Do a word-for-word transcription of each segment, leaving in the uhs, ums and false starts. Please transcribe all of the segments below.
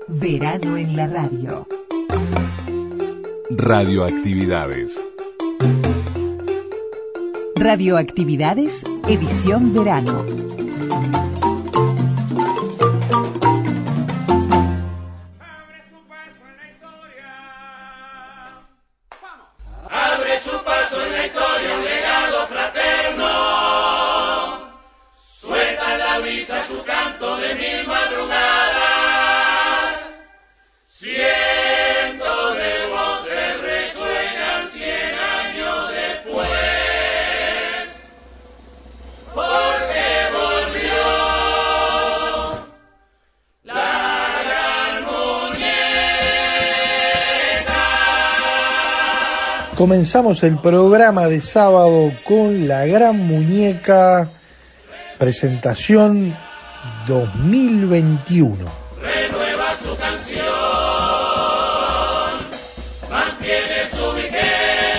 Verano en la radio. Radioactividades. Radioactividades, edición verano. Abre su paso en la historia, un legado fraterno. Suelta en la brisa su canto de mil madrugadas. Cientos de voces resuenan cien años después. Porque volvió la gran muñeca. Comenzamos el programa de sábado con La Gran Muñeca, presentación dos mil veintiuno. Renueva su canción, mantiene su vigencia,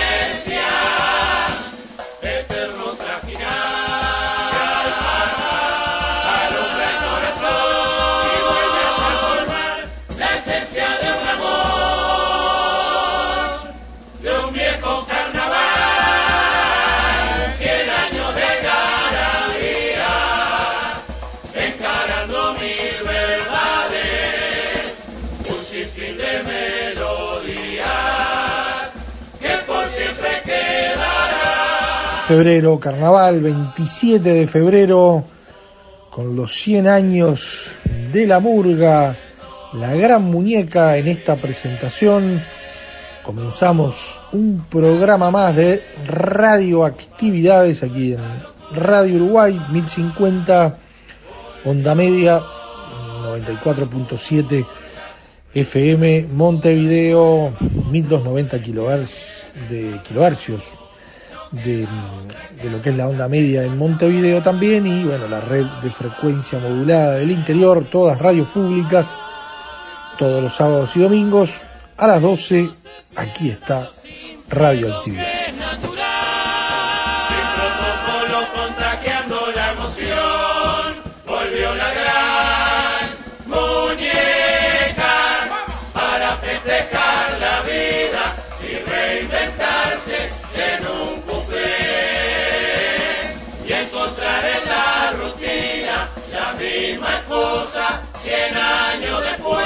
eterno trajinar, que al pasar alumbra el corazón y vuelve a transformar la esencia de un amor, de un viejo carnaval, cien años de garantía, encarando mil verdades, un sinfín de melodías que por siempre quedará. Febrero, carnaval, veintisiete de febrero, con los cien años de la murga, La Gran Muñeca. En esta presentación comenzamos un programa más de radioactividades aquí en Radio Uruguay, mil cincuenta, onda media, noventa y cuatro punto siete F M, Montevideo, mil doscientos noventa kilohertz de kilohercios de, de lo que es la onda media en Montevideo también, y bueno, la red de frecuencia modulada del interior, todas radios públicas, todos los sábados y domingos a las doce. Aquí está Radioactividad. Es natural, sin protocolo, contagiando la emoción, volvió la gran muñeca para festejar la vida y reinventarse en un buffet y encontrar en la rutina la misma cosa cien años después.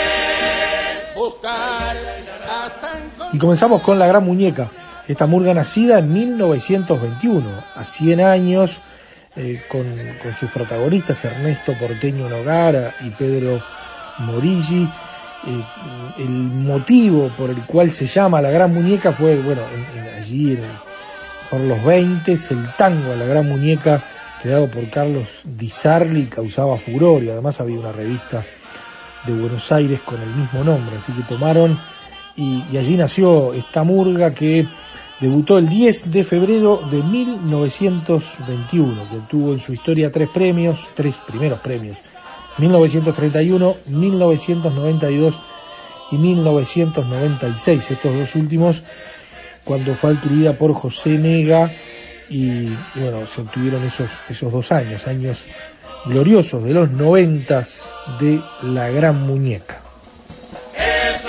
Buscar hasta encontrar. Y comenzamos con La Gran Muñeca, esta murga nacida en mil novecientos veintiuno, a cien años, eh, con, con sus protagonistas Ernesto Porteño Nogara y Pedro Morilli. Eh, el motivo por el cual se llama La Gran Muñeca fue, bueno, en, en, allí en, por los veinte, el tango a La Gran Muñeca, creado por Carlos Di Sarli, causaba furor, y además había una revista de Buenos Aires con el mismo nombre, así que tomaron y, y allí nació esta murga que debutó el diez de febrero de mil novecientos veintiuno, que obtuvo en su historia tres premios, tres primeros premios, mil novecientos treinta y uno, mil novecientos noventa y dos y mil novecientos noventa y seis, estos dos últimos cuando fue adquirida por José Nega, y, y bueno, se obtuvieron esos, esos dos años, años gloriosos de los noventas de La Gran Muñeca. Es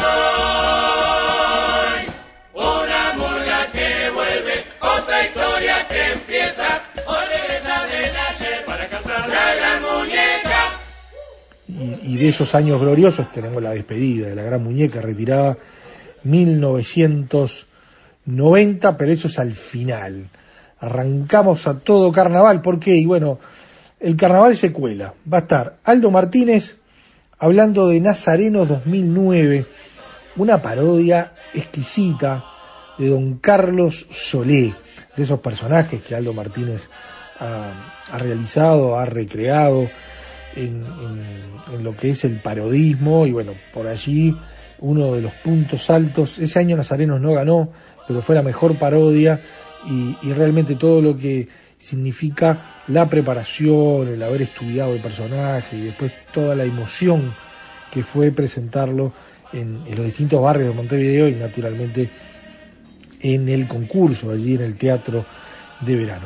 hoy una murga que vuelve, otra historia que empieza, hoy regresa del ayer para cantar La Gran Muñeca. Y, y de esos años gloriosos tenemos la despedida de La Gran Muñeca, retirada mil novecientos noventa, pero eso es al final. Arrancamos a todo carnaval, ¿por qué? Y bueno, el carnaval se cuela. Va a estar Aldo Martínez hablando de Nazareno dos mil nueve, una parodia exquisita de Don Carlos Solé, de esos personajes que Aldo Martínez ha, ha realizado, ha recreado en, en, en lo que es el parodismo, y bueno, por allí uno de los puntos altos. Ese año Nazareno no ganó, pero fue la mejor parodia, y, y realmente todo lo que significa la preparación, el haber estudiado el personaje y después toda la emoción que fue presentarlo en, en los distintos barrios de Montevideo y naturalmente en el concurso allí en el Teatro de Verano.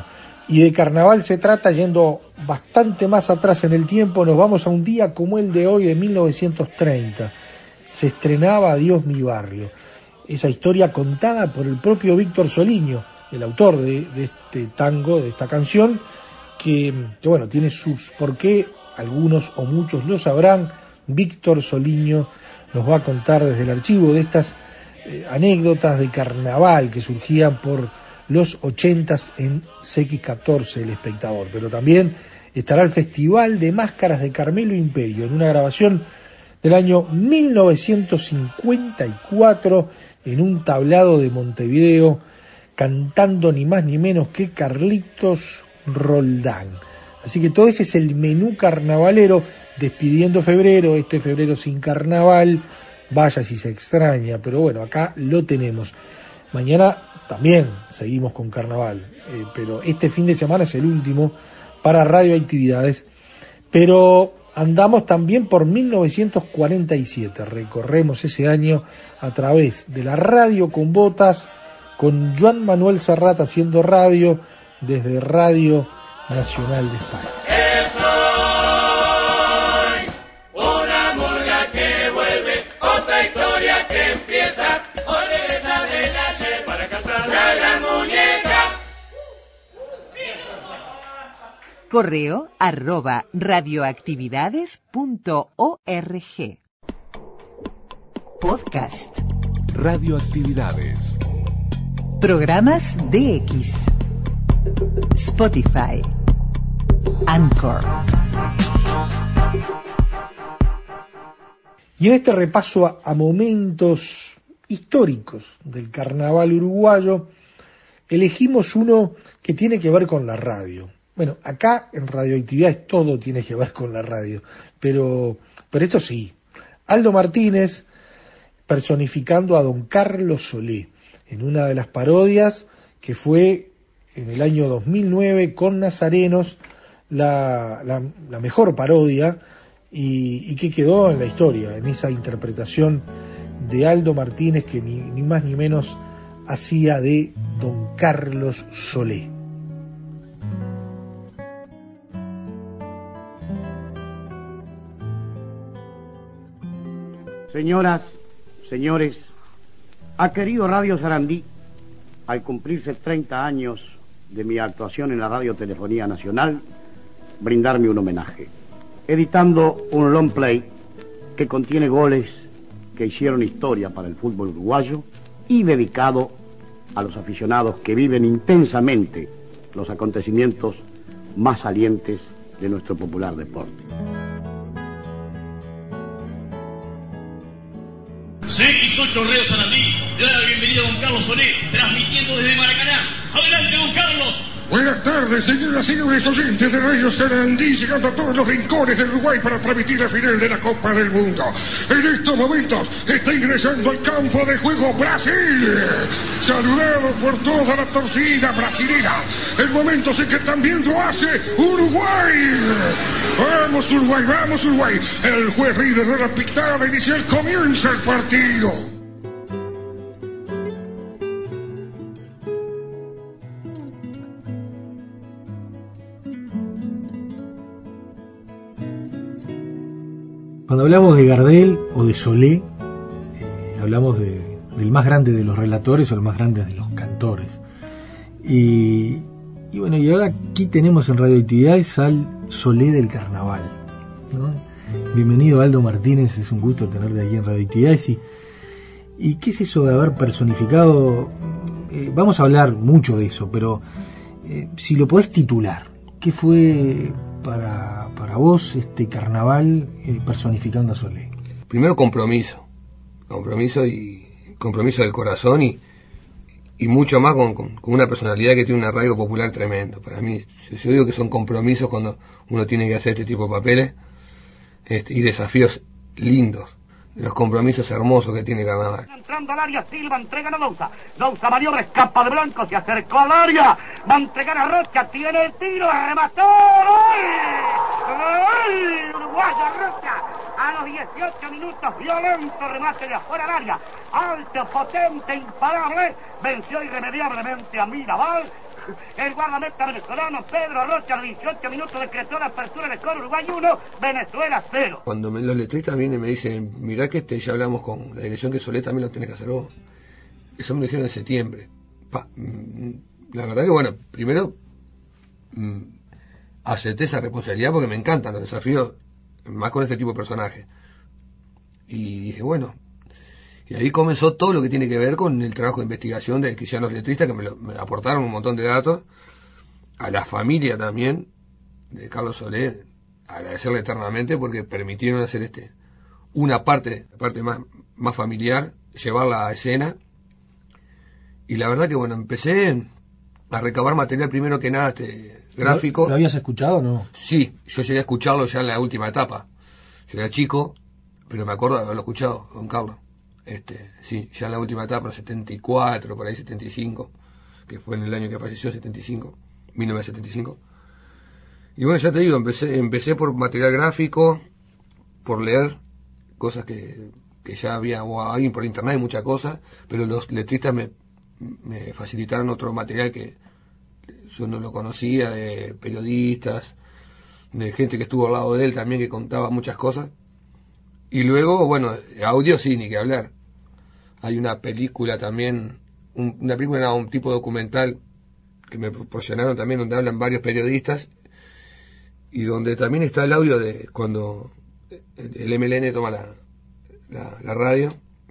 Y de carnaval se trata, yendo bastante más atrás en el tiempo, nos vamos a un día como el de hoy de mil novecientos treinta. Se estrenaba Adiós mi barrio. Esa historia contada por el propio Víctor Soliño, el autor de, de este tango, de esta canción, que, que bueno, tiene sus por qué, algunos o muchos lo sabrán. Víctor Soliño nos va a contar desde el archivo de estas eh, anécdotas de carnaval que surgían por los ochentas en C X catorce, El Espectador. Pero también estará el Festival de Máscaras de Carmelo Imperio, en una grabación del año mil novecientos cincuenta y cuatro, en un tablado de Montevideo, cantando ni más ni menos que Carlitos Roldán. Así que todo ese es el menú carnavalero, despidiendo febrero, este febrero sin carnaval, vaya si se extraña, pero bueno, acá lo tenemos. Mañana también seguimos con carnaval, eh, pero este fin de semana es el último para Radioactividades, pero andamos también por mil novecientos cuarenta y siete, recorremos ese año a través de la radio con botas, con Joan Manuel Serrat haciendo radio desde Radio Nacional de España. Es hoy una murga que vuelve, otra historia que empieza, hoy regresa del ayer para cantar la gran muñeca. Correo arroba radioactividades punto org. Podcast. Radioactividades. Programas D X. Spotify. Anchor. Y en este repaso a, a momentos históricos del carnaval uruguayo, elegimos uno que tiene que ver con la radio. Bueno, acá en Radioactividades todo tiene que ver con la radio, pero, pero esto sí. Aldo Martínez personificando a don Carlos Solé en una de las parodias que fue en el año dos mil nueve con Nazarenos la, la, la mejor parodia y, y que quedó en la historia, en esa interpretación de Aldo Martínez que ni, ni más ni menos hacía de don Carlos Solé. Señoras, señores, ha querido Radio Sarandí, al cumplirse treinta años de mi actuación en la Radiotelefonía Nacional, brindarme un homenaje, editando un long play que contiene goles que hicieron historia para el fútbol uruguayo y dedicado a los aficionados que viven intensamente los acontecimientos más salientes de nuestro popular deporte. C X ocho Radio Sarandí le da la bienvenida a don Carlos Solé, transmitiendo desde Maracaná. Adelante, don Carlos. Buenas tardes, señoras y señores oyentes de Radio Sarandí, llegando a todos los rincones del Uruguay para transmitir la final de la Copa del Mundo. En estos momentos está ingresando al campo de juego Brasil, saludado por toda la torcida brasilera. El momento sé que también lo hace Uruguay. Vamos Uruguay, vamos Uruguay. El juez líder de la pitada inicial, comienza el partido. Cuando hablamos de Gardel o de Solé, eh, hablamos de, del más grande de los relatores o el más grande de los cantores. Y, y bueno, y ahora aquí tenemos en Radioactividades al Solé del carnaval, ¿no? Bienvenido Aldo Martínez, es un gusto tenerte aquí en Radioactividades. Y, y ¿qué es eso de haber personificado? Eh, vamos a hablar mucho de eso, pero eh, si lo podés titular, ¿qué fue para, para vos este carnaval eh, personificando a Solé? Primero compromiso, compromiso y compromiso del corazón y, y mucho más con, con, con una personalidad que tiene un arraigo popular tremendo. Para mí, yo digo que son compromisos cuando uno tiene que hacer este tipo de papeles este, y desafíos lindos. Los compromisos hermosos que tiene Carnaval. Entrando al área, Silva entrega a Dousa. Dousa maniobra, escapa de Blanco, se acercó al área. Va a entregar a Rocha, tiene el tiro, remató. ¡Gol! ¡Gol! Uruguaya Rocha. A los dieciocho minutos, violento remate de afuera del área. Alto, potente, imparable. Venció irremediablemente a Mirabal. El guardameta venezolano Pedro Rocha, a los dieciocho minutos, decretó la apertura del score. Uruguay uno, Venezuela cero. Cuando me, los letristas vienen y me dicen, mirá que este ya hablamos con la dirección que Solé, también lo tenés que hacer vos. Eso me lo dijeron en septiembre. Pa, la verdad que, bueno, primero mmm, acepté esa responsabilidad porque me encantan los desafíos, más con este tipo de personajes. Y dije, bueno, y ahí comenzó todo lo que tiene que ver con el trabajo de investigación de que hicieron los letristas, que me, lo, me aportaron un montón de datos, a la familia también de Carlos Solé, agradecerle eternamente porque permitieron hacer este una parte, la parte más, más familiar, llevarla a escena. Y la verdad que, bueno, empecé a recabar material primero que nada este gráfico. ¿Lo, ¿Lo habías escuchado o no? Sí, yo llegué a escucharlo ya en la última etapa. Yo era chico, pero me acuerdo de haberlo escuchado, don Carlos. Este, sí, ya en la última etapa, en setenta y cuatro, por ahí setenta y cinco, que fue en el año que falleció, setenta y cinco, mil novecientos setenta y cinco. Y bueno, ya te digo, empecé, empecé por material gráfico, por leer cosas que, que ya había, o alguien por internet, muchas cosas, pero los letristas me, me facilitaron otro material que yo no lo conocía, de periodistas, de gente que estuvo al lado de él también, que contaba muchas cosas. Y luego, bueno, audio sí, ni que hablar. Hay una película también, un, una película, no, un tipo documental que me proporcionaron también, donde hablan varios periodistas, y donde también está el audio de cuando el M L N toma la, la, la radio,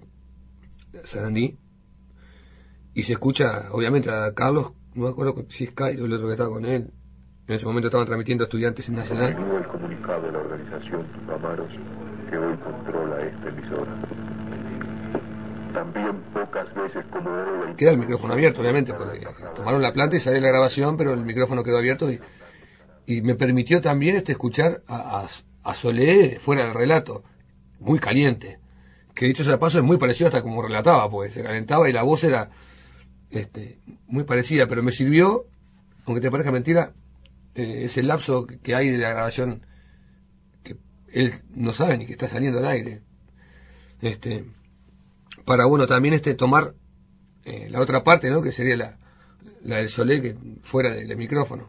Sarandí, y se escucha, obviamente, a Carlos, no me acuerdo si es Cairo, el otro que estaba con él. En ese momento estaban transmitiendo Estudiantes en Nacional. El comunicado de la organización Tupamaros, que hoy controla esta emisora. También pocas veces como hoy... Queda el micrófono abierto, obviamente, porque tomaron la planta y salió la grabación, pero el micrófono quedó abierto y, y me permitió también este escuchar a, a, a Solé fuera del relato, muy caliente, que dicho sea de paso es muy parecido hasta como relataba, pues se calentaba y la voz era este, muy parecida, pero me sirvió, aunque te parezca mentira, eh, ese lapso que hay de la grabación que él no sabe ni que está saliendo al aire, este, para bueno también este tomar eh, la otra parte, ¿no? Que sería la, la del Solé, que fuera del de micrófono.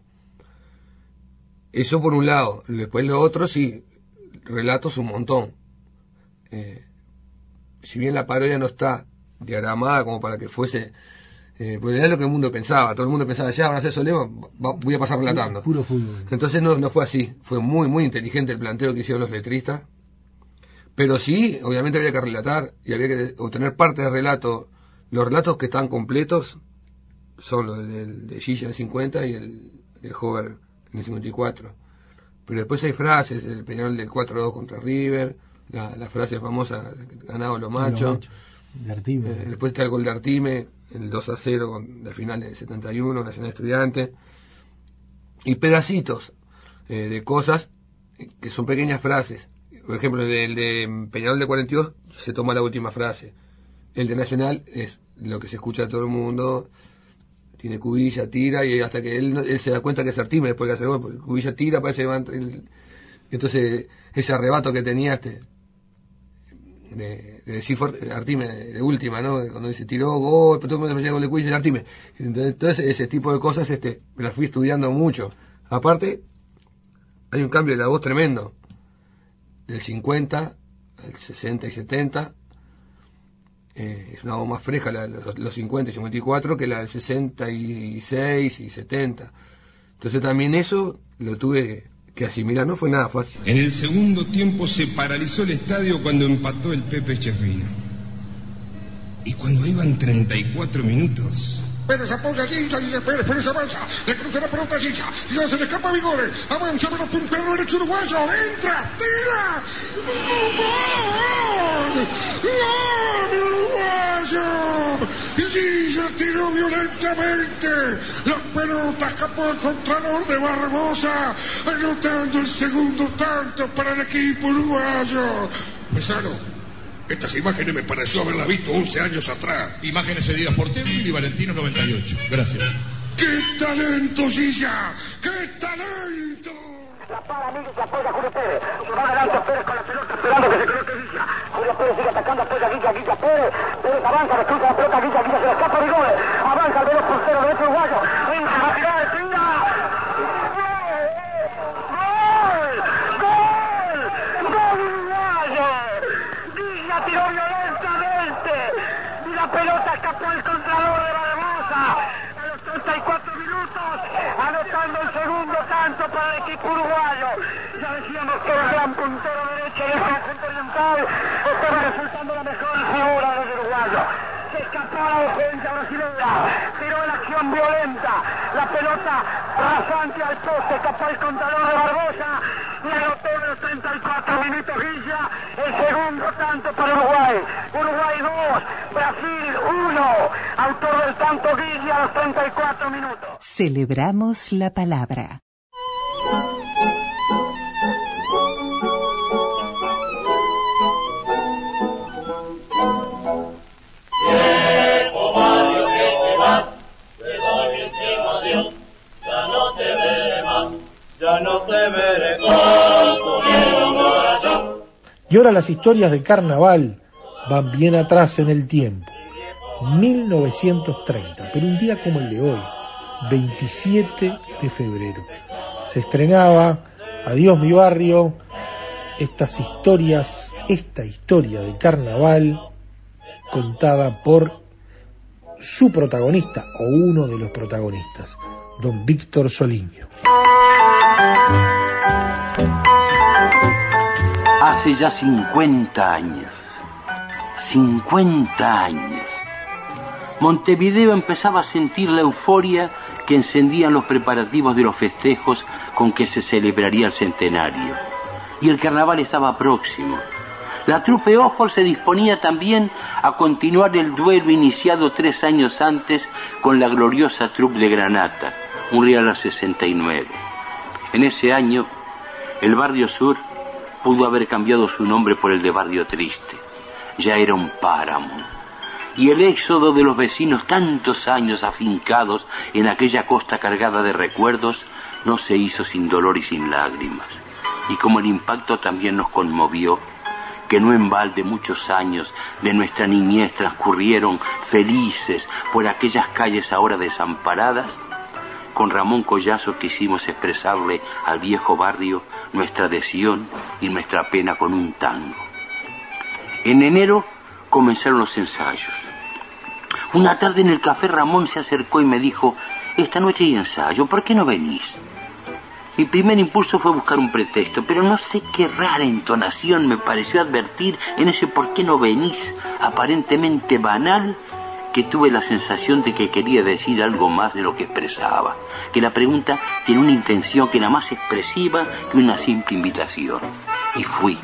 Eso por un lado. Después lo otro sí, relatos un montón. Eh, si bien la parodia no está diagramada como para que fuese, eh, porque era lo que el mundo pensaba. Todo el mundo pensaba, ya van a hacer Solé, va, voy a pasar relatando. Puro fútbol. Entonces no, no fue así. Fue muy, muy inteligente el planteo que hicieron los letristas. Pero sí, obviamente había que relatar y había que obtener parte del relato. Los relatos que están completos son los del, de Gilla en el cincuenta y el de Hover en el cincuenta y cuatro. Pero después hay frases, el penal del cuatro dos contra River, la, la frase famosa, ganado los machos. De Artime. Eh, después está el gol de Artime, el dos a cero con la final del setenta y uno, Nacional Estudiante. Y pedacitos eh, de cosas que son pequeñas frases. Por ejemplo, el de Peñarol de cuarenta y dos se toma la última frase. El de Nacional es lo que se escucha de todo el mundo. Tiene Cubilla, tira, y hasta que él, él se da cuenta que es Artime después que hace gol, porque Cubilla tira, parece que va el, entonces ese arrebato que tenía este de, de decir fuerte, Artime de, de última, ¿no? Cuando dice tiró gol, pero todo el mundo me gol de Cubilla y Artime. Entonces ese tipo de cosas este me las fui estudiando mucho. Aparte, hay un cambio de la voz tremendo. Del cincuenta al sesenta y setenta, eh, es una voz más fresca la, los, los cincuenta y cincuenta y cuatro que la del sesenta y seis y setenta. Entonces también eso lo tuve que, que asimilar, no fue nada fácil. En el segundo tiempo se paralizó el estadio cuando empató el Pepe Chefino. Y cuando iban treinta y cuatro minutos... Pérez apoya allí, ya dice Pérez, Pérez avanza, le cruza la pelota allí, ya se le escapa a Vigores, avanza por los punteros derecho uruguayo, entra, tira, ¡gol! ¡Gol uruguayo! Sí, ya tiró violentamente, la pelota escapó al contralor de Barbosa, anotando el segundo tanto para el equipo uruguayo. Pesaro. Estas imágenes me pareció haberlas visto once años atrás. Imágenes cedidas por Tevil y Valentino noventa y ocho. Gracias. ¡Qué talento, Gilla! ¡Qué talento! La para Miguel que apoya a Julio Pérez. Se va adelante Pérez con la pelota esperando que se coloque Villa. Julio Pérez sigue atacando, apoya a Guilla, Guilla Pérez. Pérez avanza, destruye la pelota, Guilla, Guilla se la escapa de goles. Avanza el veloz portero derecho uruguayo. Entra, va a tirar, tira. Tiró violentamente y la pelota escapó al contralor de Barbosa a los treinta y cuatro minutos, anotando el segundo tanto para el equipo uruguayo. Ya decíamos que el gran puntero derecho del conjunto oriental estaba resultando la mejor figura del uruguayo. Se escapó a la defensa brasileña, tiró en acción violenta, la pelota rasante al poste, escapó al contralor de Barbosa y anotó en los treinta y cuatro minutos Villa el segundo tanto para Uruguay. Uruguay dos, Brasil uno, autor del tanto Villa a los treinta y cuatro minutos. Celebramos la palabra. Viejo barrio que te vas, te doy mi último adiós, ya no te veré más, ya no te veré con tu viejo corazón. Y ahora las historias de carnaval van bien atrás en el tiempo. mil novecientos treinta, pero un día como el de hoy, veintisiete de febrero, se estrenaba Adiós mi barrio, estas historias, esta historia de carnaval contada por su protagonista o uno de los protagonistas, don Víctor Soliño. Hace ya cincuenta años, cincuenta años, Montevideo empezaba a sentir la euforia que encendían los preparativos de los festejos con que se celebraría el centenario. Y el carnaval estaba próximo. La trupe Ofor se disponía también a continuar el duelo iniciado tres años antes con la gloriosa trupe de Granata, un Real a sesenta y nueve. En ese año, el Barrio Sur pudo haber cambiado su nombre por el de Barrio Triste. Ya era un páramo. Y el éxodo de los vecinos, tantos años afincados en aquella costa cargada de recuerdos, no se hizo sin dolor y sin lágrimas. Y como el impacto también nos conmovió, que no en balde muchos años de nuestra niñez transcurrieron felices por aquellas calles ahora desamparadas, con Ramón Collazo quisimos expresarle al viejo barrio nuestra adhesión y nuestra pena con un tango. En enero comenzaron los ensayos. Una tarde en el café Ramón se acercó y me dijo: esta noche hay ensayo, ¿por qué no venís? Mi primer impulso fue buscar un pretexto, pero no sé qué rara entonación me pareció advertir en ese ¿por qué no venís? Aparentemente banal, que tuve la sensación de que quería decir algo más de lo que expresaba, que la pregunta tiene una intención que era más expresiva que una simple invitación. Y fui.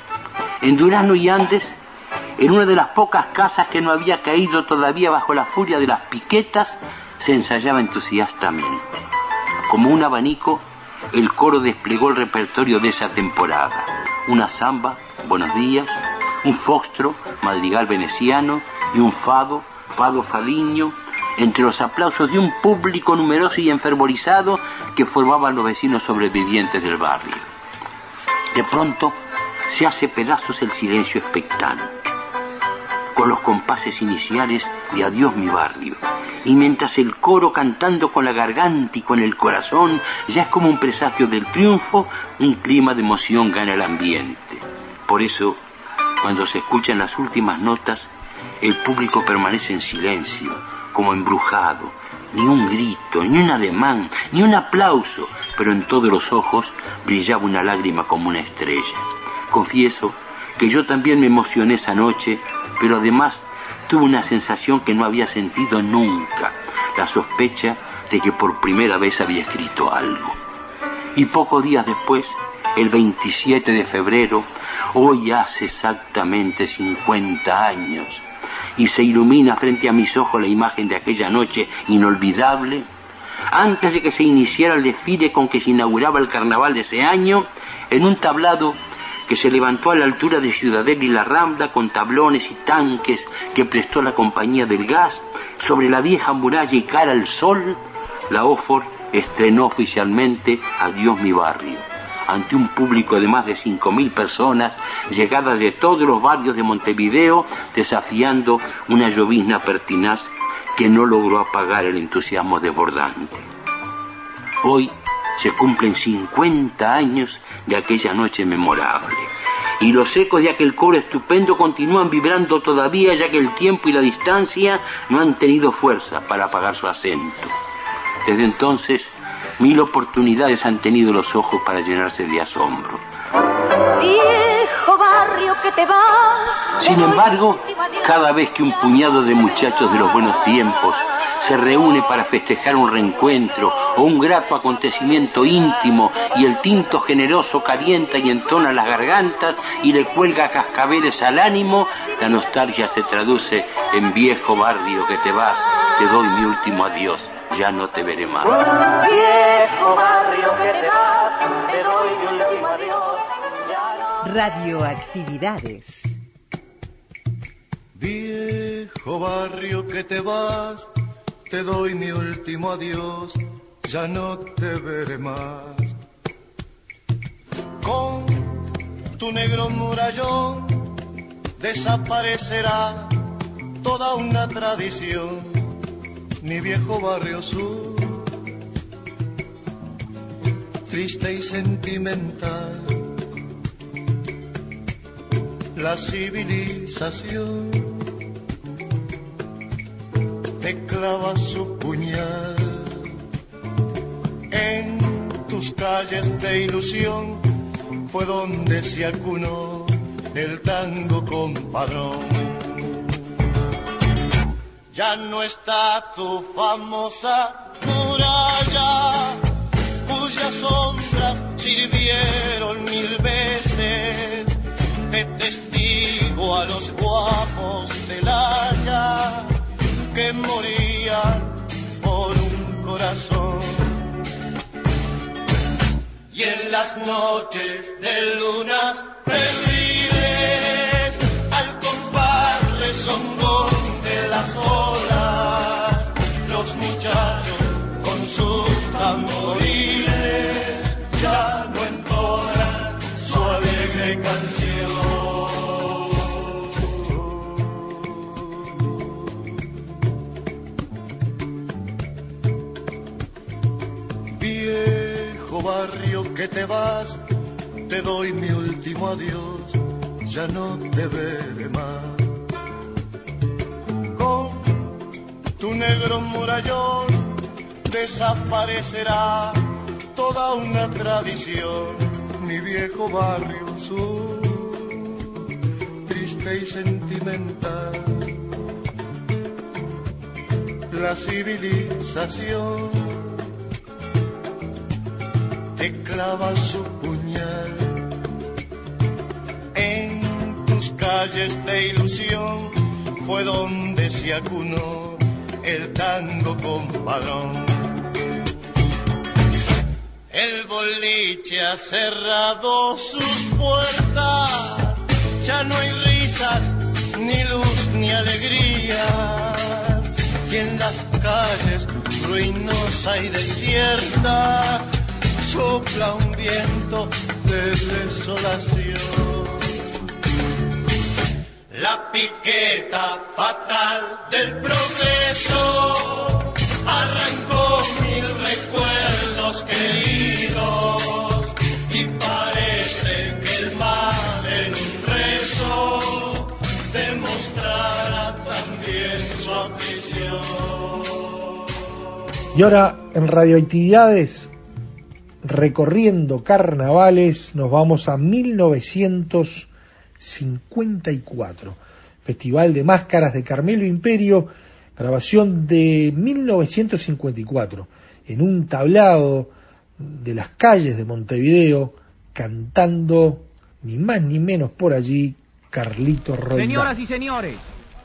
En Durano y Andes, en una de las pocas casas que no había caído todavía bajo la furia de las piquetas, se ensayaba entusiastamente. Como un abanico, el coro desplegó el repertorio de esa temporada. Una samba, Buenos días, un foxtro, madrigal veneciano, y un fado, fado fadiño, entre los aplausos de un público numeroso y enfervorizado que formaban los vecinos sobrevivientes del barrio. De pronto se hace pedazos el silencio expectante, con los compases iniciales de Adiós mi barrio, y mientras el coro cantando con la garganta y con el corazón ya es como un presagio del triunfo, un clima de emoción gana el ambiente. Por eso, cuando se escuchan las últimas notas, el público permanece en silencio, como embrujado. Ni un grito, ni un ademán, ni un aplauso, pero en todos los ojos brillaba una lágrima como una estrella. Confieso que yo también me emocioné esa noche, pero además tuve una sensación que no había sentido nunca, la sospecha de que por primera vez había escrito algo. Y pocos días después, el veintisiete de febrero, hoy hace exactamente cincuenta años, y se ilumina frente a mis ojos la imagen de aquella noche inolvidable, antes de que se iniciara el desfile con que se inauguraba el carnaval de ese año, en un tablado que se levantó a la altura de Ciudadela y la Rambla con tablones y tanques que prestó la Compañía del Gas, sobre la vieja muralla y cara al sol, la Ofor estrenó oficialmente Adiós mi barrio, ante un público de más de cinco mil personas, llegadas de todos los barrios de Montevideo, desafiando una llovizna pertinaz que no logró apagar el entusiasmo desbordante. Hoy se cumplen cincuenta años de aquella noche memorable, y los ecos de aquel coro estupendo continúan vibrando todavía, ya que el tiempo y la distancia no han tenido fuerza para apagar su acento. Desde entonces, mil oportunidades han tenido los ojos para llenarse de asombro. Viejo barrio que te vas. Sin embargo, cada vez que un puñado de muchachos de los buenos tiempos se reúne para festejar un reencuentro o un grato acontecimiento íntimo, y el tinto generoso calienta y entona las gargantas y le cuelga cascabeles al ánimo, la nostalgia se traduce en viejo barrio que te vas, te doy mi último adiós, ya no te veré más. Viejo barrio que te vas, te doy mi último adiós. Radioactividades. Viejo barrio que te vas, te doy mi último adiós, ya no te veré más. Con tu negro murallón desaparecerá toda una tradición, mi viejo barrio sur, triste y sentimental. La civilización te clava su puñal en tus calles de ilusión, fue donde se acunó el tango compadrón. Ya no está tu famosa muralla, cuyas sombras sirvieron mil veces de testigo a los guapos del Haya que morían por un corazón. Y en las noches de lunas febriles, al compás rezongón de las olas, los muchachos con sus tamboriles ya no entonan su alegre canción. Barrio que te vas, te doy mi último adiós, ya no te veré más. Con tu negro murallón desaparecerá toda una tradición, mi viejo barrio sur, triste y sentimental. La civilización te clava su puñal en tus calles de ilusión, fue donde se acunó el tango compadrón. El boliche ha cerrado sus puertas, ya no hay risas, ni luz, ni alegría, y en las calles ruinosa y desierta sopla un viento de desolación. La piqueta fatal del progreso arrancó mil recuerdos queridos, y parece que el mal en un rezo demostrará también su aflicción. Y ahora en Radioactividades, recorriendo carnavales, nos vamos a mil novecientos cincuenta y cuatro, Festival de Máscaras de Carmelo Imperio, grabación de mil novecientos cincuenta y cuatro, en un tablado de las calles de Montevideo, cantando ni más ni menos por allí Carlito Roldán. Señoras y señores,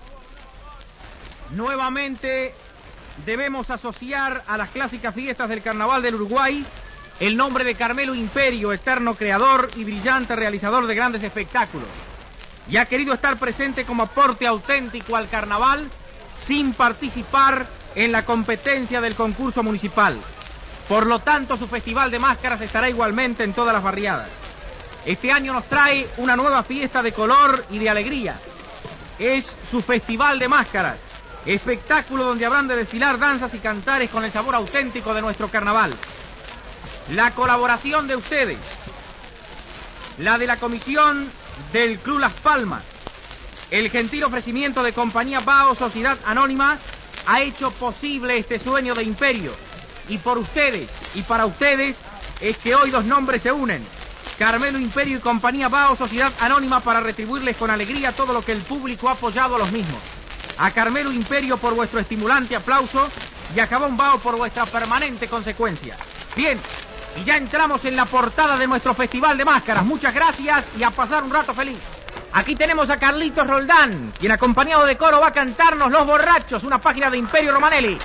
nuevamente debemos asociar a las clásicas fiestas del Carnaval del Uruguay el nombre de Carmelo Imperio, eterno creador y brillante realizador de grandes espectáculos, y ha querido estar presente como aporte auténtico al carnaval sin participar en la competencia del concurso municipal. Por lo tanto, su festival de máscaras estará igualmente en todas las barriadas. Este año nos trae una nueva fiesta de color y de alegría. Es su festival de máscaras, espectáculo donde habrán de desfilar danzas y cantares con el sabor auténtico de nuestro carnaval. La colaboración de ustedes, la de la comisión del Club Las Palmas, el gentil ofrecimiento de Compañía Bao Sociedad Anónima ha hecho posible este sueño de imperio. Y por ustedes y para ustedes es que hoy dos nombres se unen: Carmelo Imperio y Compañía Bao Sociedad Anónima, para retribuirles con alegría todo lo que el público ha apoyado a los mismos. A Carmelo Imperio por vuestro estimulante aplauso y a Jabón Bao por vuestra permanente consecuencia. Bien, y ya entramos en la portada de nuestro Festival de Máscaras. Muchas gracias y a pasar un rato feliz. Aquí tenemos a Carlitos Roldán, quien acompañado de coro va a cantarnos Los Borrachos, una página de Imperio Romanelli.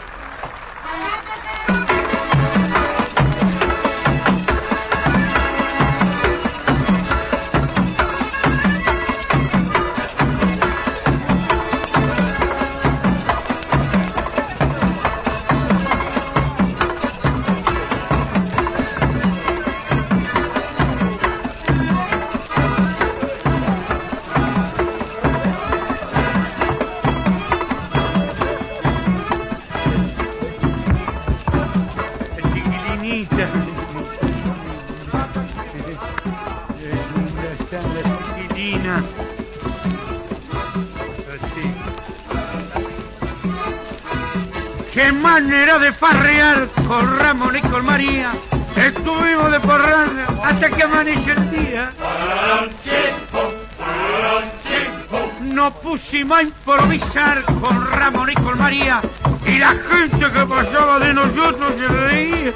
Qué manera de farrear con Ramón y con María. Estuvimos de parranda hasta que amanece el día. Nos pusimos a improvisar con Ramón y con María, y la gente que pasaba de nosotros se reía.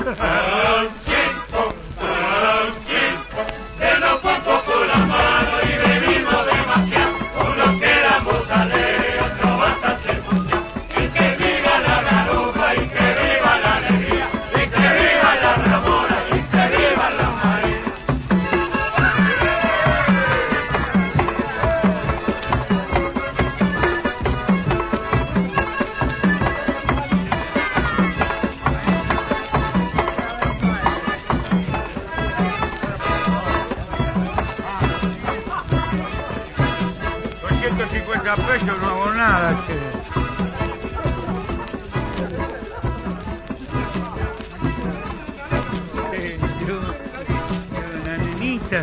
Se nos fue un poco la mano y bebimos demasiado. Unos que éramos alegres, otros bastante mucho. Y que viva la garufa, y que viva la alegría, y que viva la Ramona, y que viva la María. ciento cincuenta pesos no hago nada, che. Eh, yo, yo, una nenita.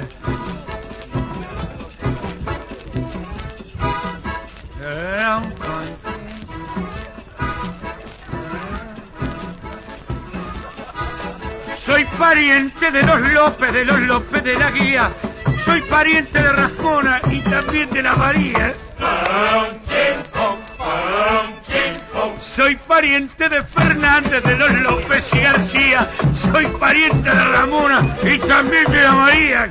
Soy pariente de los López, de los López de la Guía. Soy pariente de Rascona y también de la María. Soy pariente de Fernández, de los López y García. Soy pariente de Ramona y también de la María.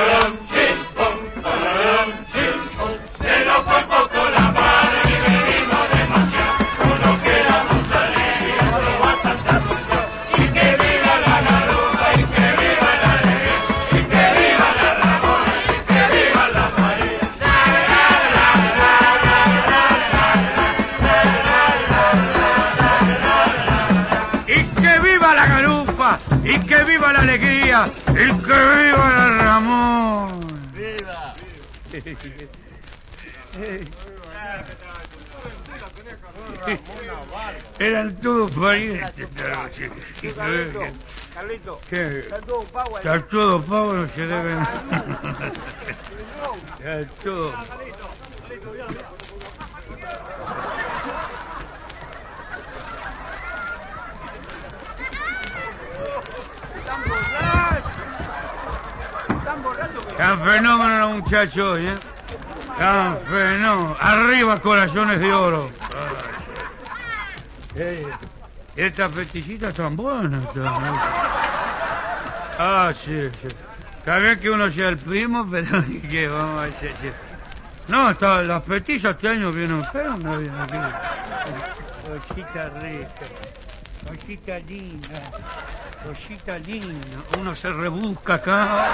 Se nos fue poco la mano y bebimos demasiado. Uno que éramos alegres, otro bastante mucho. Y que viva la garufa, y que viva la alegría, y que viva la Ramona, y que viva la María. Y que viva la garufa, y que viva la alegría, y que viva la Ramón. ¡Viva! Eran todos parientes. Carlito, ¿Qué? está todo pago ahí. Está todo pago, no se deben. Está todo. Están borrachos. Están borrachos. Tan fenómeno los muchachos, ¿eh? Tan fenómeno. Arriba, corazones de oro. Eh, Estas peticitas están buenas. Están, ¿no? Ah, sí, sí. Está bien que uno sea el primo, pero ¿qué vamos a hacer? Sí. No, está, las petizas este año vienen feas, no vienen aquí. Cosita rica, cosita linda, cosita linda. Uno se rebusca acá.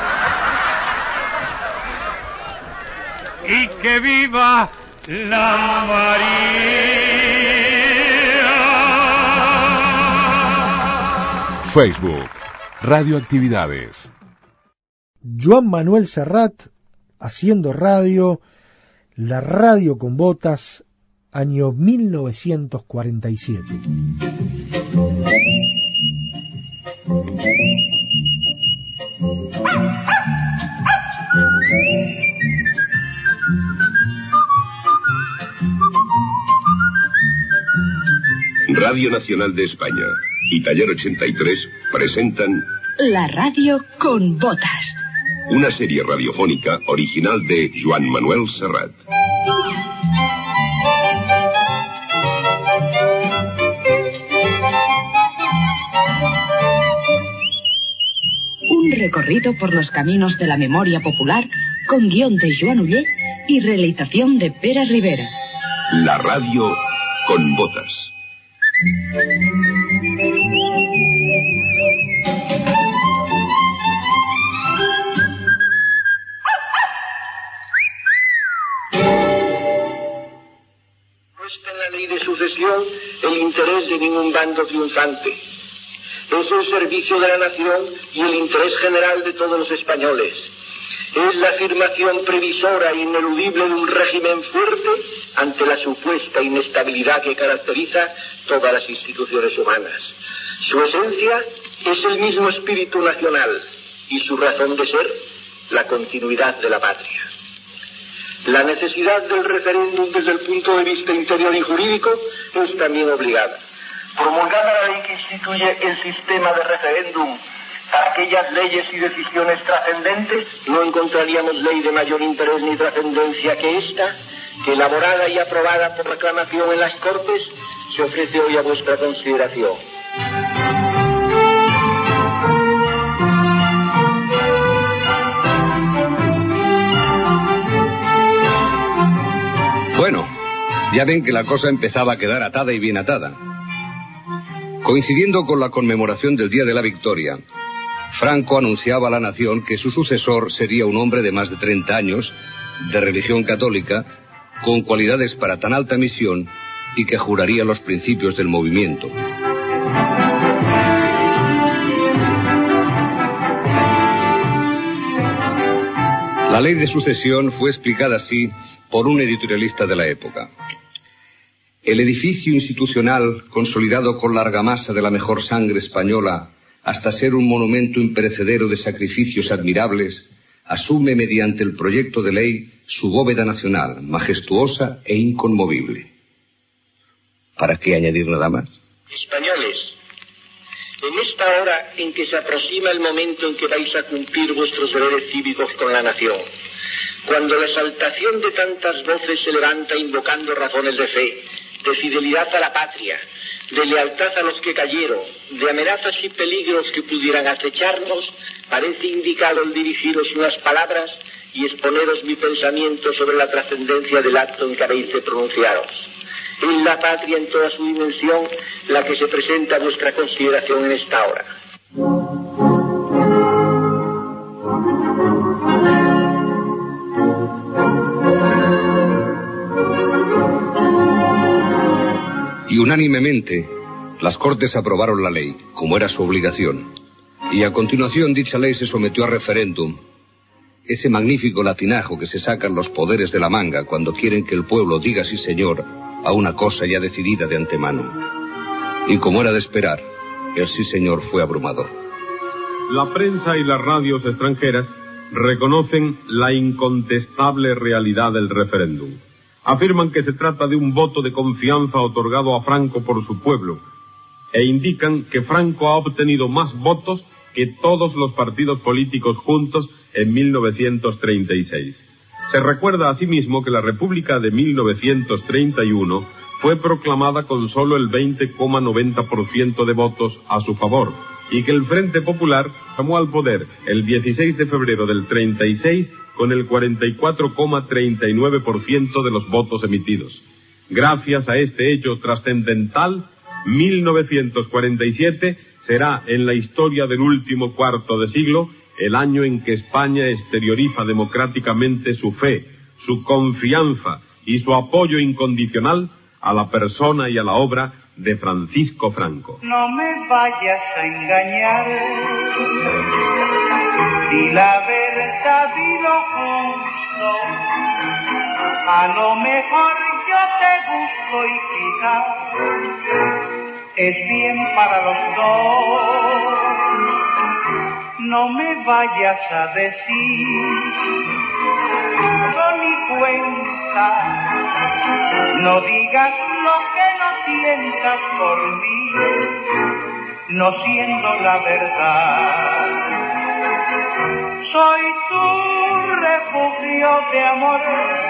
Y que viva la María. Facebook, Radioactividades. Joan Manuel Serrat, haciendo radio, la radio con botas, año mil novecientos cuarenta y siete. Radio Nacional de España y Taller ochenta y tres presentan La radio con botas, una serie radiofónica original de Joan Manuel Serrat. Un recorrido por los caminos de la memoria popular con guión de Joan Uller y realización de Pere Rivera. La radio con botas. De sucesión el interés de ningún bando triunfante. Es el servicio de la nación y el interés general de todos los españoles. Es la afirmación previsora e ineludible de un régimen fuerte ante la supuesta inestabilidad que caracteriza todas las instituciones humanas. Su esencia es el mismo espíritu nacional y su razón de ser, la continuidad de la patria. La necesidad del referéndum desde el punto de vista interior y jurídico es también obligada. Promulgada la ley que instituye el sistema de referéndum para aquellas leyes y decisiones trascendentes, no encontraríamos ley de mayor interés ni trascendencia que esta, que elaborada y aprobada por reclamación en las Cortes, se ofrece hoy a vuestra consideración. Bueno, ya ven que la cosa empezaba a quedar atada y bien atada. Coincidiendo con la conmemoración del Día de la Victoria, Franco anunciaba a la nación que su sucesor sería un hombre de más de treinta años, de religión católica, con cualidades para tan alta misión y que juraría los principios del movimiento. La ley de sucesión fue explicada así por un editorialista de la época. El edificio institucional, consolidado con la argamasa de la mejor sangre española, hasta ser un monumento imperecedero de sacrificios admirables, asume mediante el proyecto de ley su bóveda nacional, majestuosa e inconmovible. ¿Para qué añadir nada más? Españoles, en esta hora en que se aproxima el momento en que vais a cumplir vuestros deberes cívicos con la nación, cuando la exaltación de tantas voces se levanta invocando razones de fe, de fidelidad a la patria, de lealtad a los que cayeron, de amenazas y peligros que pudieran acecharnos, parece indicado el dirigiros unas palabras y exponeros mi pensamiento sobre la trascendencia del acto en que habéis de pronunciaros. Es la patria en toda su dimensión la que se presenta a vuestra consideración en esta hora. Y unánimemente, las Cortes aprobaron la ley, como era su obligación. Y a continuación dicha ley se sometió a referéndum. Ese magnífico latinajo que se sacan los poderes de la manga cuando quieren que el pueblo diga sí señor a una cosa ya decidida de antemano. Y como era de esperar, el sí señor fue abrumador. La prensa y las radios extranjeras reconocen la incontestable realidad del referéndum. Afirman que se trata de un voto de confianza otorgado a Franco por su pueblo, e indican que Franco ha obtenido más votos que todos los partidos políticos juntos en mil novecientos treinta y seis. Se recuerda asimismo que la República de mil novecientos treinta y uno fue proclamada con solo el veinte coma noventa por ciento de votos a su favor, y que el Frente Popular tomó al poder el dieciséis de febrero del treinta y seis con el cuarenta y cuatro coma treinta y nueve por ciento de los votos emitidos. Gracias a este hecho trascendental, mil novecientos cuarenta y siete será en la historia del último cuarto de siglo el año en que España exterioriza democráticamente su fe, su confianza y su apoyo incondicional a la persona y a la obra de Francisco Franco. No me vayas a engañar, di la verdad, di lo justo, a lo mejor yo te gusto y quizás es bien para los dos. No me vayas a decir con mi cuenta, no digas lo que no sientas por mí, no siendo la verdad. Soy tu refugio de amor,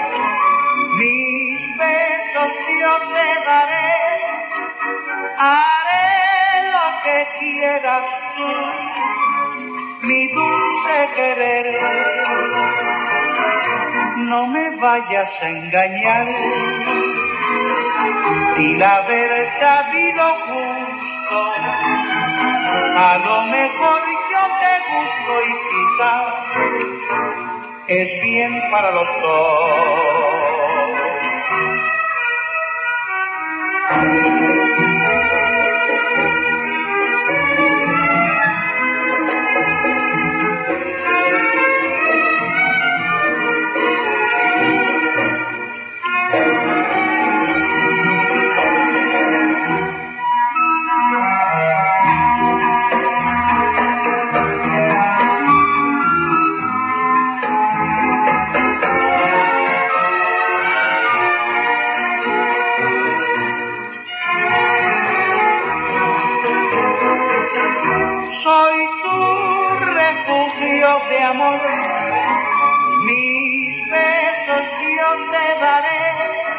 mis besos yo te daré, haré lo que quieras tú, mi dulce querer. No me vayas a engañar, di la verdad, di lo justo, a lo mejor yo te gusto y quizás es bien para los dos. De amor, mis besos yo te daré,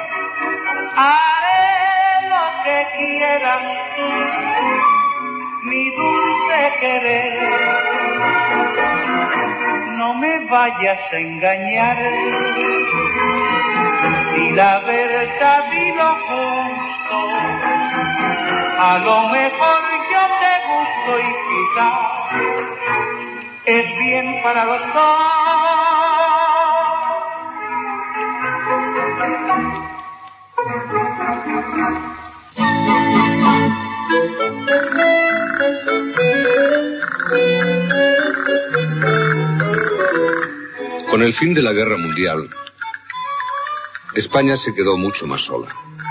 haré lo que quieras tú, mi dulce querer. No me vayas a engañar, di la verdad, di lo justo, a lo mejor yo te gusto y quizás es bien para los dos. Con el fin de la guerra mundial, España se quedó mucho más sola.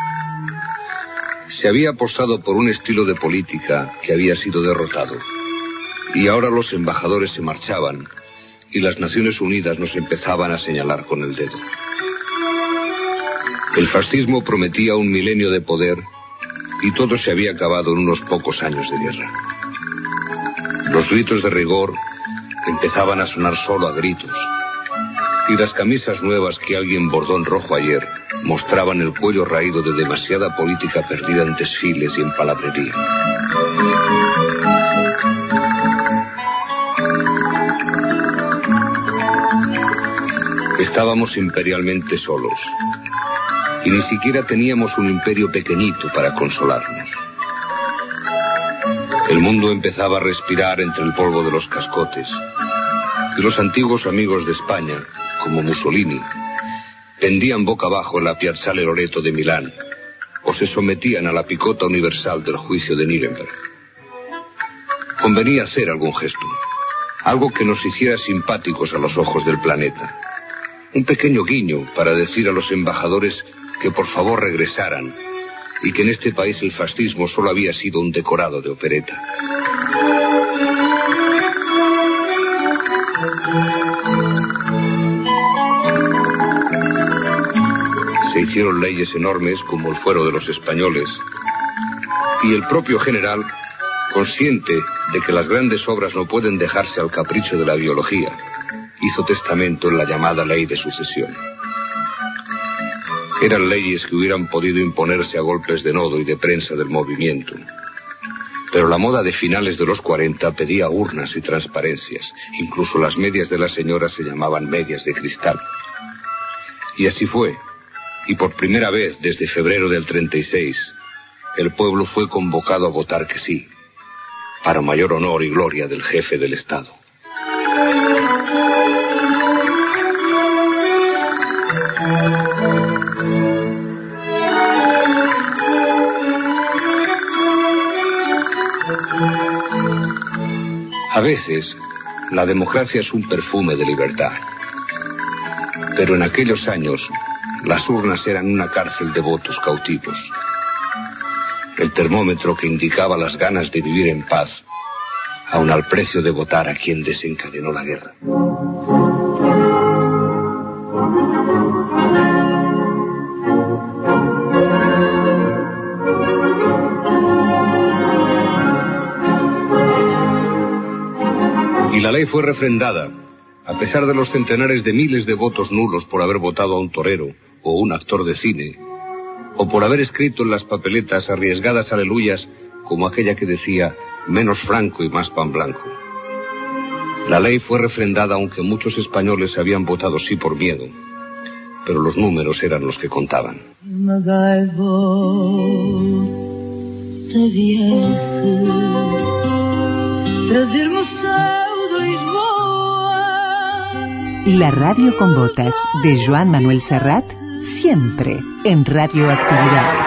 Se había apostado por un estilo de política que había sido derrotado. Y ahora los embajadores se marchaban y las Naciones Unidas nos empezaban a señalar con el dedo. El fascismo prometía un milenio de poder y todo se había acabado en unos pocos años de guerra. Los gritos de rigor empezaban a sonar solo a gritos y las camisas nuevas que alguien bordó en rojo ayer mostraban el cuello raído de demasiada política perdida en desfiles y en palabrería. Estábamos imperialmente solos y ni siquiera teníamos un imperio pequeñito para consolarnos. El mundo empezaba a respirar entre el polvo de los cascotes y los antiguos amigos de España, como Mussolini, pendían boca abajo en la Piazzale Loreto de Milán o se sometían a la picota universal del juicio de Nuremberg. Convenía hacer algún gesto, algo que nos hiciera simpáticos a los ojos del planeta. Un pequeño guiño para decir a los embajadores que por favor regresaran y que en este país el fascismo solo había sido un decorado de opereta. Se hicieron leyes enormes como el fuero de los españoles y el propio general, consciente de que las grandes obras no pueden dejarse al capricho de la biología, hizo testamento en la llamada ley de sucesión. Eran leyes que hubieran podido imponerse a golpes de nodo y de prensa del movimiento. Pero la moda de finales de los cuarenta pedía urnas y transparencias. Incluso las medias de las señoras se llamaban medias de cristal. Y así fue. Y por primera vez desde febrero del treinta y seis, el pueblo fue convocado a votar que sí, para mayor honor y gloria del jefe del Estado. A veces, la democracia es un perfume de libertad. Pero en aquellos años, las urnas eran una cárcel de votos cautivos. El termómetro que indicaba las ganas de vivir en paz, aun al precio de votar a quien desencadenó la guerra. Y la ley fue refrendada, a pesar de los centenares de miles de votos nulos por haber votado a un torero o un actor de cine, o por haber escrito en las papeletas arriesgadas aleluyas como aquella que decía menos Franco y más pan blanco. La ley fue refrendada aunque muchos españoles habían votado sí por miedo, pero los números eran los que contaban. La radio con botas de Joan Manuel Serrat, siempre en Radioactividades.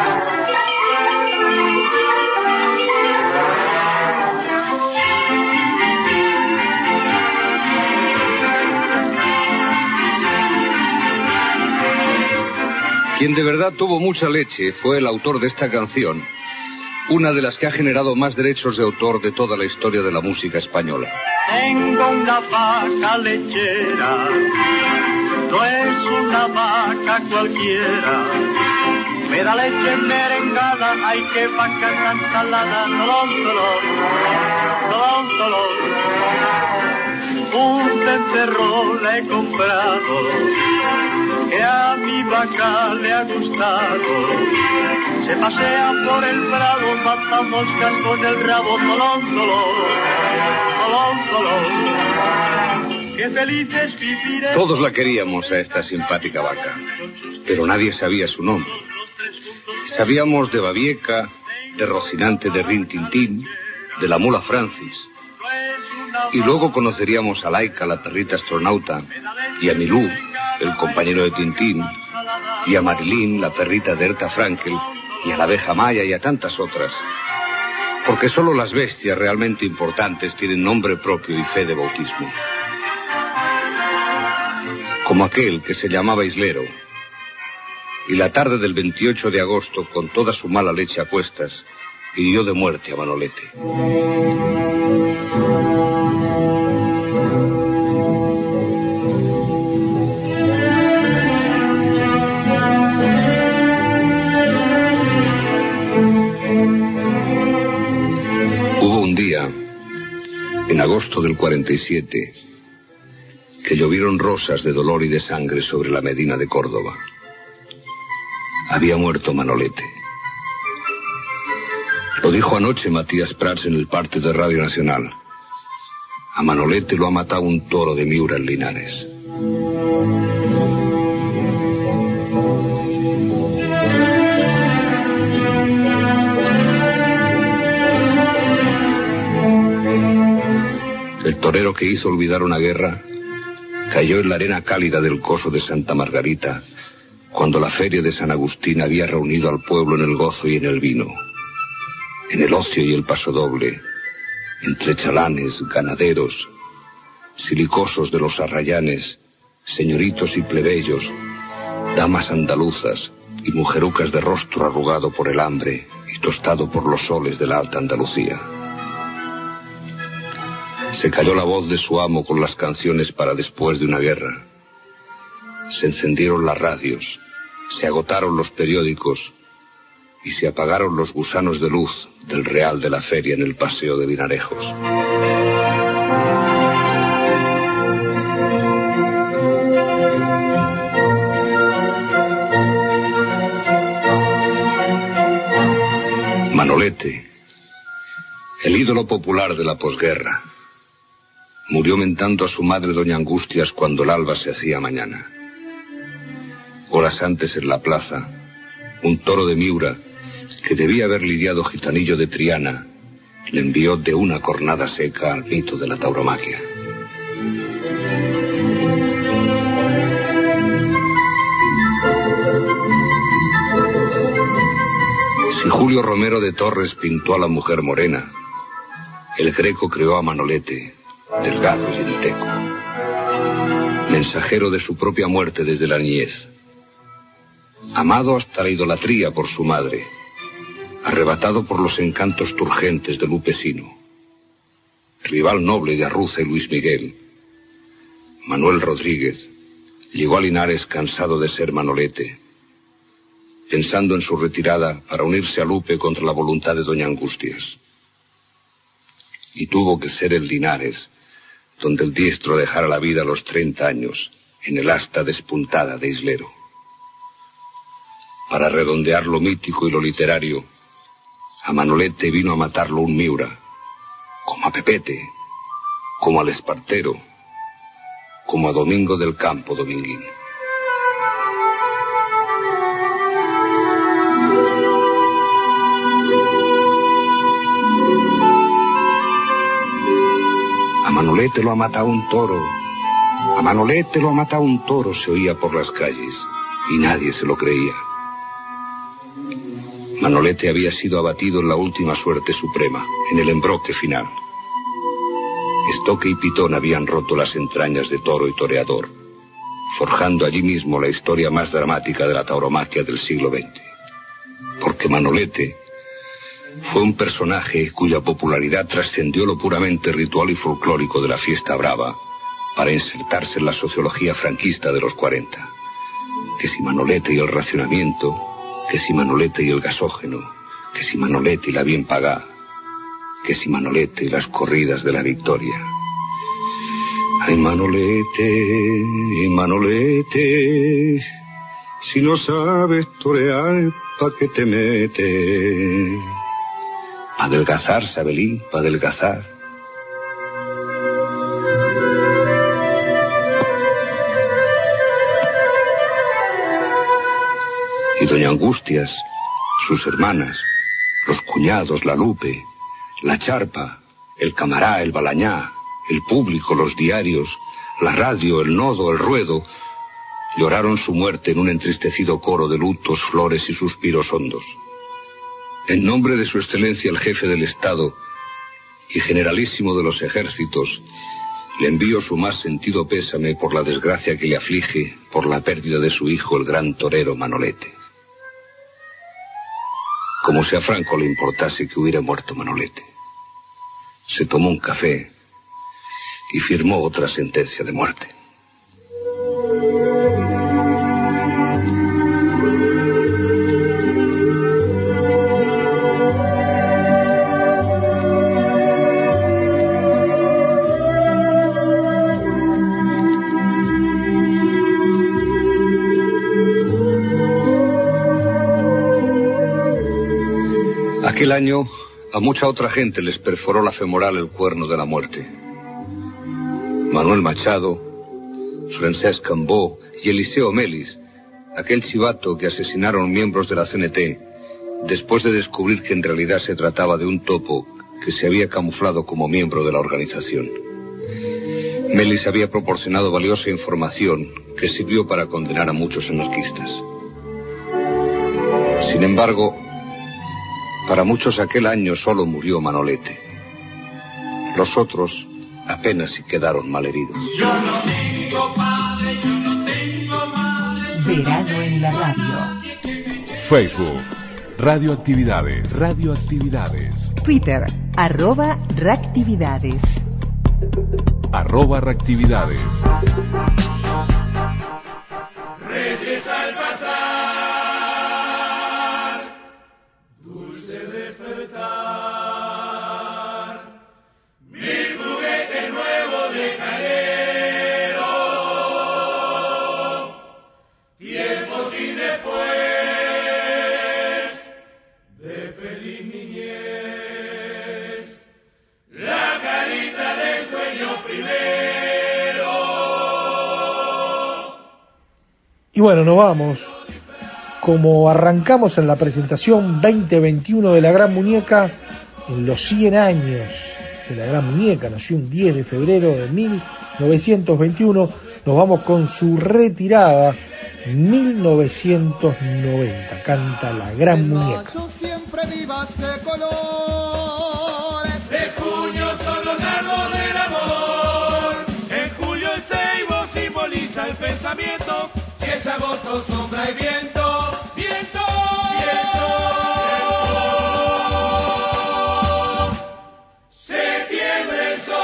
Quien de verdad tuvo mucha leche fue el autor de esta canción, una de las que ha generado más derechos de autor de toda la historia de la música española. Tengo una vaca lechera, no es una vaca cualquiera. Me da leche merengada, ay que vaca tan salada, tolón, tolón, tolón, tolón. Un becerro le he comprado, que a mi vaca le ha gustado. Se pasea por el prado, mata moscas con el rabo, tolón, tolón, tolón, tolón. Qué felices viviré. Todos la queríamos a esta simpática vaca, pero nadie sabía su nombre. Sabíamos de Babieca, de Rocinante de Rin Tin Tin, de la mula Francis. Y luego conoceríamos a Laika, la perrita astronauta, y a Milú, el compañero de Tintín, y a Marilyn, la perrita de Herta Frankel, y a la abeja Maya y a tantas otras. Porque solo las bestias realmente importantes tienen nombre propio y fe de bautismo. Como aquel que se llamaba Islero. Y la tarde del veintiocho de agosto, con toda su mala leche a cuestas, hirió de muerte a Manolete. Hubo un día, en agosto del cuarenta y siete, que llovieron rosas de dolor y de sangre sobre la Medina de Córdoba. Había muerto Manolete. Lo dijo anoche Matías Prats en el parte de Radio Nacional. A Manolete lo ha matado un toro de Miura en Linares. El torero que hizo olvidar una guerra cayó en la arena cálida del coso de Santa Margarita cuando la feria de San Agustín había reunido al pueblo en el gozo y en el vino, en el ocio y el pasodoble, entre chalanes, ganaderos, silicosos de los arrayanes, señoritos y plebeyos, damas andaluzas y mujerucas de rostro arrugado por el hambre y tostado por los soles de la alta Andalucía. Se cayó la voz de su amo con las canciones para después de una guerra. Se encendieron las radios, se agotaron los periódicos y se apagaron los gusanos de luz del Real de la Feria en el Paseo de Linarejos. Manolete, el ídolo popular de la posguerra, murió mentando a su madre doña Angustias cuando el alba se hacía mañana. Horas antes en la plaza, un toro de Miura, que debía haber lidiado gitanillo de Triana, le envió de una cornada seca al mito de la tauromaquia. Si Julio Romero de Torres pintó a la mujer morena, el Greco creó a Manolete delgado y enteco, mensajero de su propia muerte desde la niñez, amado hasta la idolatría por su madre, arrebatado por los encantos turgentes de Lupe Sino, rival noble de Arruza y Luis Miguel, Manuel Rodríguez llegó a Linares cansado de ser Manolete, pensando en su retirada para unirse a Lupe contra la voluntad de doña Angustias. Y tuvo que ser el Linares, donde el diestro dejara la vida a los treinta años, en el asta despuntada de Islero. Para redondear lo mítico y lo literario, a Manolete vino a matarlo un Miura, como a Pepete, como al Espartero, como a Domingo del Campo Dominguín. A Manolete lo ha matado un toro, a Manolete lo ha matado un toro, se oía por las calles, y nadie se lo creía. Manolete había sido abatido en la última suerte suprema, en el embroque final. Estoque y Pitón habían roto las entrañas de toro y toreador, forjando allí mismo la historia más dramática de la tauromaquia del siglo veinte. Porque Manolete fue un personaje cuya popularidad trascendió lo puramente ritual y folclórico de la fiesta brava para insertarse en la sociología franquista de los cuarenta. Que si Manolete y el racionamiento, que si Manolete y el gasógeno, que si Manolete y la bien pagá, que si Manolete y las corridas de la victoria. Ay, Manolete, Manolete, si no sabes torear, ¿pa' qué te metes? Pa' adelgazar, Sabelín, pa' adelgazar. Y doña Angustias, sus hermanas, los cuñados, la Lupe, la Charpa, el Camará, el Balañá, el público, los diarios, la radio, el nodo, el ruedo, lloraron su muerte en un entristecido coro de lutos, flores y suspiros hondos. En nombre de su excelencia el jefe del Estado y generalísimo de los ejércitos, le envío su más sentido pésame por la desgracia que le aflige por la pérdida de su hijo, el gran torero Manolete. Como si a Franco le importase que hubiera muerto Manolete. Se tomó un café y firmó otra sentencia de muerte. Aquel año, a mucha otra gente les perforó la femoral el cuerno de la muerte. Manuel Machado, Francesc Cambó y Eliseo Melis, aquel chivato que asesinaron miembros de la C N T, después de descubrir que en realidad se trataba de un topo que se había camuflado como miembro de la organización. Melis había proporcionado valiosa información que sirvió para condenar a muchos anarquistas. Sin embargo, para muchos aquel año solo murió Manolete. Los otros apenas si quedaron malheridos. Yo no tengo padre, yo no tengo madre. Verano en la radio. Facebook, Radioactividades. Radioactividades. Twitter, arroba reactividades. Arroba reactividades. Reyes al pasar, dulce despertar, mil juguetes nuevos de jalero, tiempo sin después de feliz niñez, la carita del sueño primero. Y bueno, nos vamos. Como arrancamos en la presentación veinte veintiuno de La Gran Muñeca, en los cien años de La Gran Muñeca, nació un diez de febrero de mil novecientos veintiuno, nos vamos con su retirada, mil novecientos noventa, canta La Gran Muñeca. Siempre vivas de color, de puños son los dardos del amor. terremoto, sombra y viento, viento, viento. Septiembre sol,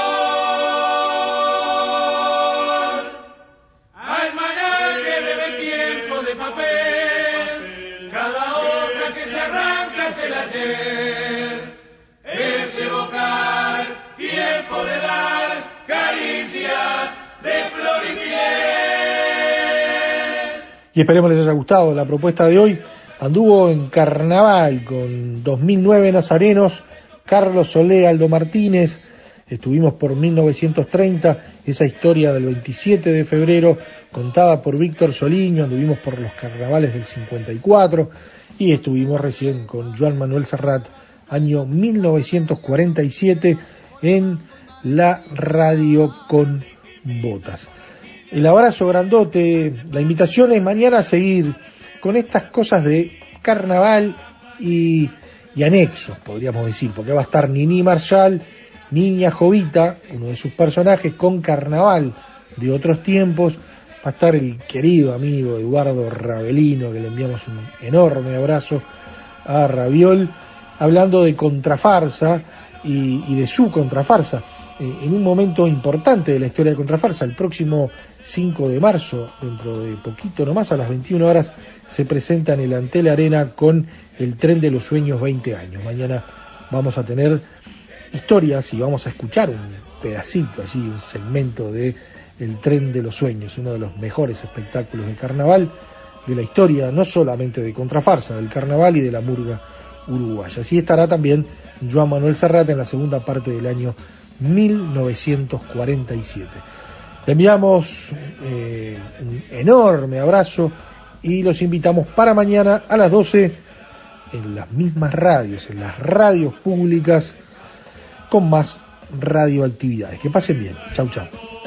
almanaque debe tiempo de papel, cada hoja que se arranca es el ayer, es evocar tiempo de dar caricias de flor y piel. Y esperemos les haya gustado la propuesta de hoy. Anduvo en Carnaval con dos mil nueve nazarenos, Carlos Solé, Aldo Martínez. Estuvimos por mil novecientos treinta, esa historia del veintisiete de febrero contada por Víctor Soliño. Anduvimos por los carnavales del cincuenta y cuatro y estuvimos recién con Joan Manuel Serrat, año mil novecientos cuarenta y siete, en la radio con botas. El abrazo grandote, la invitación es mañana a seguir con estas cosas de carnaval y, y anexos, podríamos decir, porque va a estar Nini Marshall, Niña Jovita, uno de sus personajes, con carnaval de otros tiempos. Va a estar el querido amigo Eduardo Ravelino, que le enviamos un enorme abrazo a Raviol, hablando de contrafarsa y, y de su contrafarsa, eh, en un momento importante de la historia de contrafarsa. El próximo cinco de marzo, dentro de poquito nomás, a las veintiuna horas, se presenta en el Antel Arena con el Tren de los Sueños veinte años. Mañana vamos a tener historias y vamos a escuchar un pedacito, así, un segmento de El Tren de los Sueños, uno de los mejores espectáculos de carnaval de la historia, no solamente de contrafarsa, del carnaval y de la murga uruguaya. Así estará también Joan Manuel Serrat en la segunda parte del año mil novecientos cuarenta y siete. Le enviamos eh, un enorme abrazo y los invitamos para mañana a las doce en las mismas radios, en las radios públicas, con más radioactividades. Que pasen bien. Chau, chau.